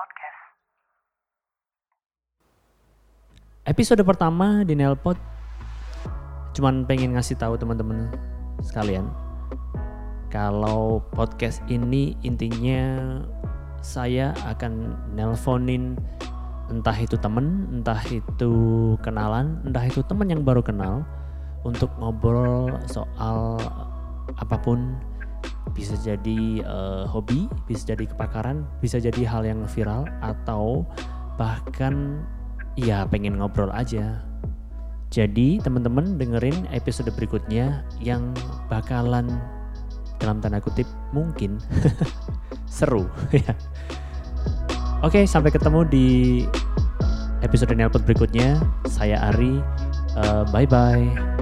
Episode pertama di Nelpot cuman pengen ngasih tahu teman-teman sekalian kalau podcast ini intinya saya akan nelponin entah itu temen, entah itu kenalan, entah itu teman yang baru kenal untuk ngobrol soal apapun. Bisa jadi hobi, bisa jadi kepakaran, bisa jadi hal yang viral atau bahkan ya pengen ngobrol aja. Jadi teman-teman dengerin episode berikutnya yang bakalan dalam tanda kutip mungkin seru ya. Oke, sampai ketemu di episode Nelpot berikutnya. Saya Ari, bye bye.